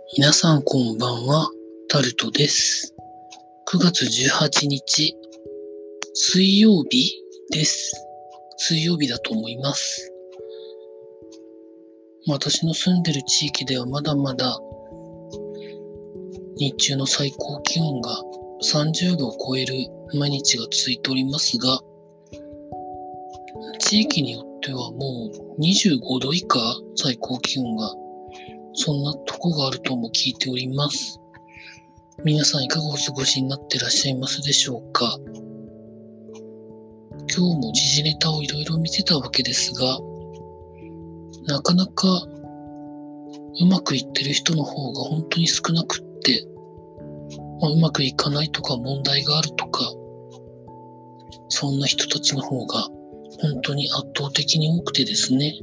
皆さんこんばんは、タルトです。9月18日、水曜日です。水曜日だと思います。私の住んでる地域ではまだまだ日中の最高気温が30度を超える毎日が続いておりますが、地域によってはもう25度以下最高気温がそんなとこがあるとも聞いております。皆さんいかがお過ごしになってらっしゃいますでしょうか。今日も時事ネタをいろいろ見てたわけですが、なかなかうまくいってる人の方が本当に少なくって、うまくいかないとか問題があるとか、そんな人たちの方が本当に圧倒的に多くてですね。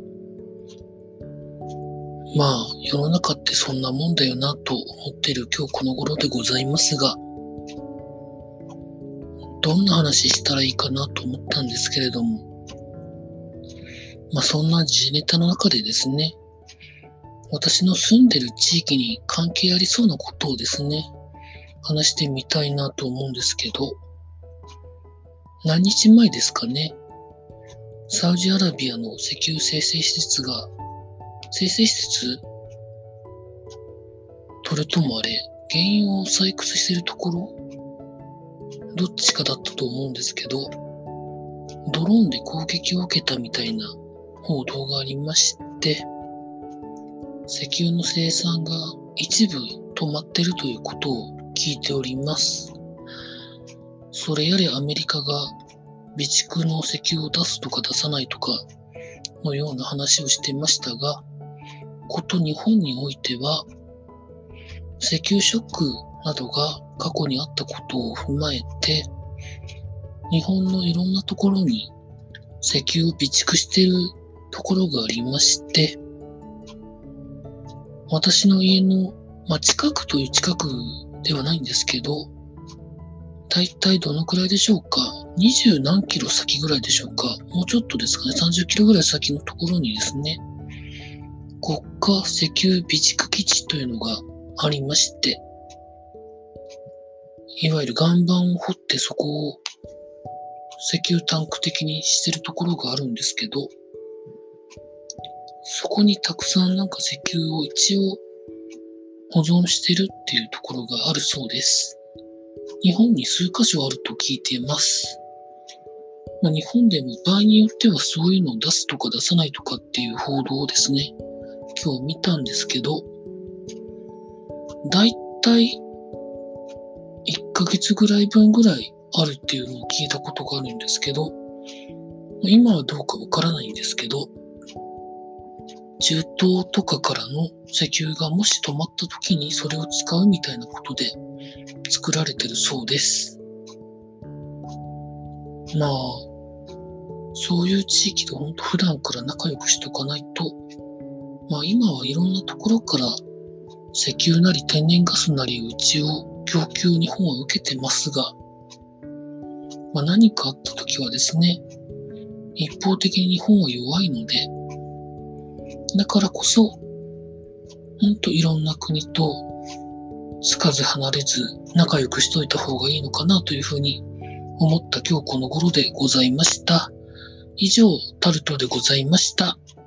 世の中ってそんなもんだよなと思っている今日この頃でございますが、どんな話したらいいかなと思ったんですけれども、そんな時事ネタの中でですね、私の住んでる地域に関係ありそうなことをですね、話してみたいなと思うんですけど、何日前ですかね、サウジアラビアの石油精製施設が、精製施設それともあれ、原油を採掘しているところどっちかだったと思うんですけど、ドローンで攻撃を受けたみたいな報道がありまして、石油の生産が一部止まっているということを聞いております。それやれアメリカが備蓄の石油を出すとか出さないとかのような話をしていましたが、こと日本においては、石油ショックなどが過去にあったことを踏まえて、日本のいろんなところに石油を備蓄しているところがありまして、私の家の、近くという近くではないんですけど、だいたいどのくらいでしょうか、20何キロ先ぐらいでしょうか、もうちょっとですかね、30キロぐらい先のところにですね、国家石油備蓄基地というのがありまして、いわゆる岩盤を掘ってそこを石油タンク的にしてるところがあるんですけど、そこにたくさん石油を一応保存してるっていうところがあるそうです。日本に数カ所あると聞いています。日本でも場合によってはそういうのを出すとか出さないとかっていう報道をですね、今日見たんですけど、だいたい1ヶ月ぐらい分ぐらいあるっていうのを聞いたことがあるんですけど、今はどうかわからないんですけど、中東とかからの石油がもし止まった時にそれを使うみたいなことで作られてるそうです。そういう地域と本当普段から仲良くしとかないと、今はいろんなところから石油なり天然ガスなりを一応供給日本は受けてますが、何かあった時はですね、一方的に日本は弱いので、だからこそ、いろんな国とつかず離れず仲良くしといた方がいいのかなというふうに思った今日この頃でございました。以上、タルトでございました。